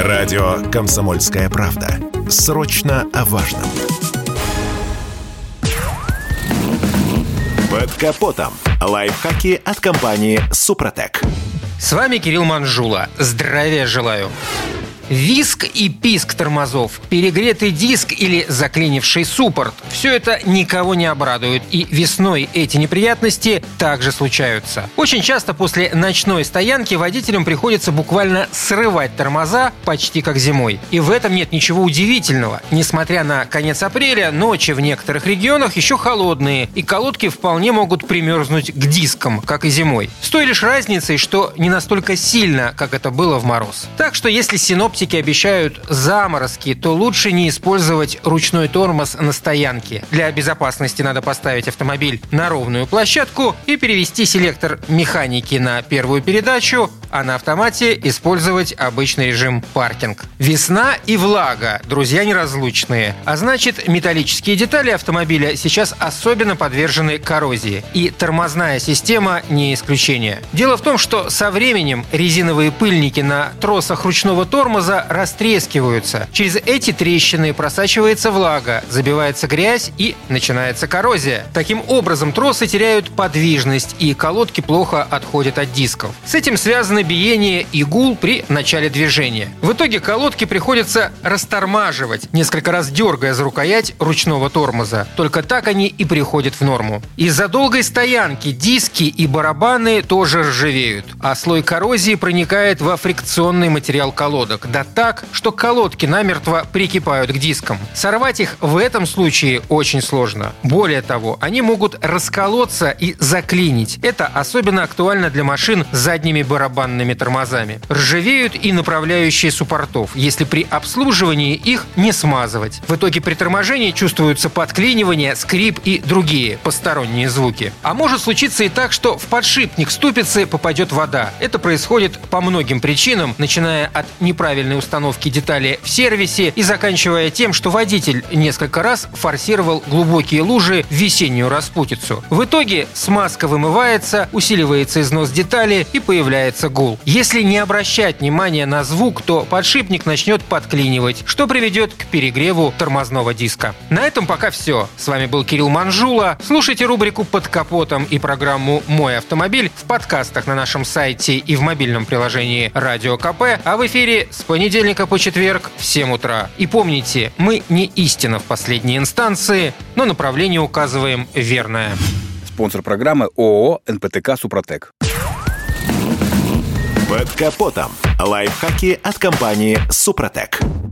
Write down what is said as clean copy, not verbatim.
Радио «Комсомольская правда». Срочно о важном. Под капотом. Лайфхаки от компании «Супротек». С вами Кирилл Манжула. Здравия желаю. Визг и писк тормозов, перегретый диск или заклинивший суппорт – все это никого не обрадует, и весной эти неприятности также случаются. Очень часто после ночной стоянки водителям приходится буквально срывать тормоза, почти как зимой. И в этом нет ничего удивительного. Несмотря на конец апреля, ночи в некоторых регионах еще холодные, и колодки вполне могут примерзнуть к дискам, как и зимой. С той лишь разницей, что не настолько сильно, как это было в мороз. Так что если синоптики обещают заморозки, то лучше не использовать ручной тормоз на стоянке. Для безопасности надо поставить автомобиль на ровную площадку и перевести селектор механики на первую передачу, а на автомате использовать обычный режим паркинг. Весна и влага – друзья неразлучные. А значит, металлические детали автомобиля сейчас особенно подвержены коррозии. И тормозная система не исключение. Дело в том, что со временем резиновые пыльники на тросах ручного тормоза растрескиваются. Через эти трещины просачивается влага, забивается грязь и начинается коррозия. Таким образом, тросы теряют подвижность, и колодки плохо отходят от дисков. С этим связаны биение и гул при начале движения. В итоге колодки приходится растормаживать, несколько раз дергая за рукоять ручного тормоза. Только так они и приходят в норму. Из-за долгой стоянки диски и барабаны тоже ржавеют, а слой коррозии проникает во фрикционный материал колодок. Да так, что колодки намертво прикипают к дискам. Сорвать их в этом случае очень сложно. Более того, они могут расколоться и заклинить. Это особенно актуально для машин с задними барабанными тормозами. Ржавеют и направляющие суппортов, если при обслуживании их не смазывать. В итоге при торможении чувствуются подклинивание, скрип и другие посторонние звуки. А может случиться и так, что в подшипник ступицы попадет вода. Это происходит по многим причинам, начиная от неправильной установки детали в сервисе и заканчивая тем, что водитель несколько раз форсировал глубокие лужи в весеннюю распутицу. В итоге смазка вымывается, усиливается износ детали и появляется гул. Если не обращать внимания на звук, то подшипник начнет подклинивать, что приведет к перегреву тормозного диска. На этом пока все. С вами был Кирилл Манжула. Слушайте рубрику «Под капотом» и программу «Мой автомобиль» в подкастах на нашем сайте и в мобильном приложении Радио КП, а в эфире с понедельника по четверг в 7 утра. И помните, мы не истина в последней инстанции, но направление указываем верное. Спонсор программы ООО «НПТК Супротек». Под капотом. Лайфхаки от компании «Супротек».